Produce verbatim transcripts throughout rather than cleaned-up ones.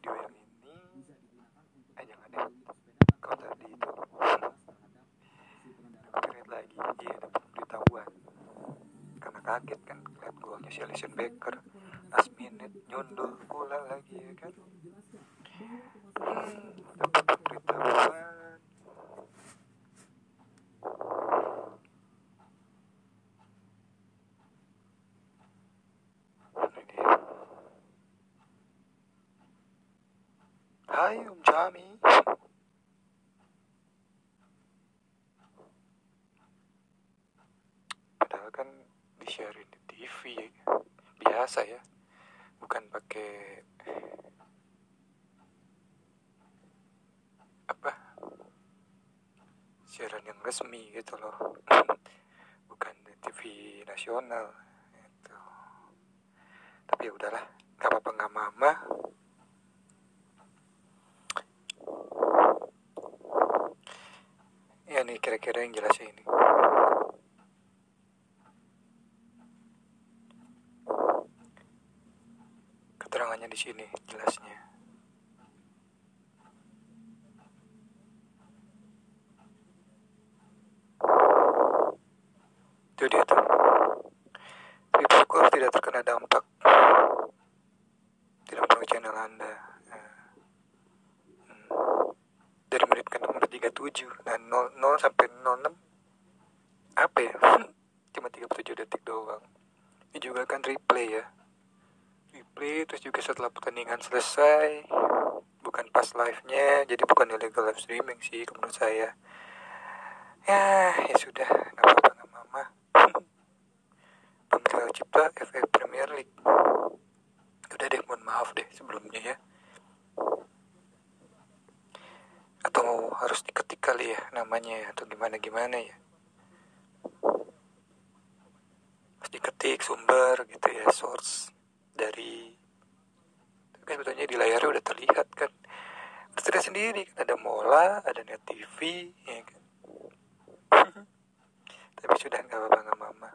video yang ini, eh jangan deh, kalau tadi itu copyright lagi, iya dapat pemberitahuan karena kaget kan lihat golnya si Alisson Becker last minute nyundul pula lagi ya kan. Hmm, dapat pemberitahuan. Ini dia. Hai Om Jami. Padahal kan di-sharein di T V ya. Biasa ya, bukan pakai apa siaran yang resmi gitu loh, bukan di T V nasional gitu. Tapi ya udahlah, nggak apa-apa, nggak mama. Ya nih kira-kira yang jelas ini. Keterangannya di sini jelasnya. Itu dia tuh. Liverpool tidak terkena dampak. Tidak perlu channel Anda. Hmm. Dari menit ke nomor tiga puluh tujuh dan nol, nol sampai nol enam apa ya? Cuma tiga puluh tujuh detik doang. Ini juga kan replay ya. Replay terus juga setelah pertandingan selesai, bukan pas live-nya, jadi bukan illegal live streaming sih menurut saya. Ya, ya sudah, nggak apa-apa, nggak mama. Pemerintah Cipta F A Premier League. Udah deh, mohon maaf deh sebelumnya ya. Atau harus diketik kali ya namanya ya, atau gimana-gimana ya. Harus diketik sumber gitu ya, source dari. Kan sebetulnya di layarnya udah terlihat kan. Udah terlihat sendiri kan, ada Mola, ada Net T V, ya kan. Tapi sudah nggak apa-apa, nggak mama.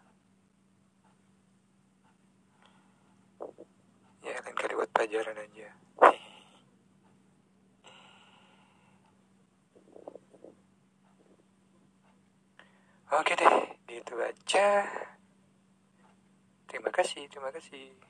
Ya lain kali buat pelajaran aja. Oke deh, gitu aja. Terima kasih, terima kasih.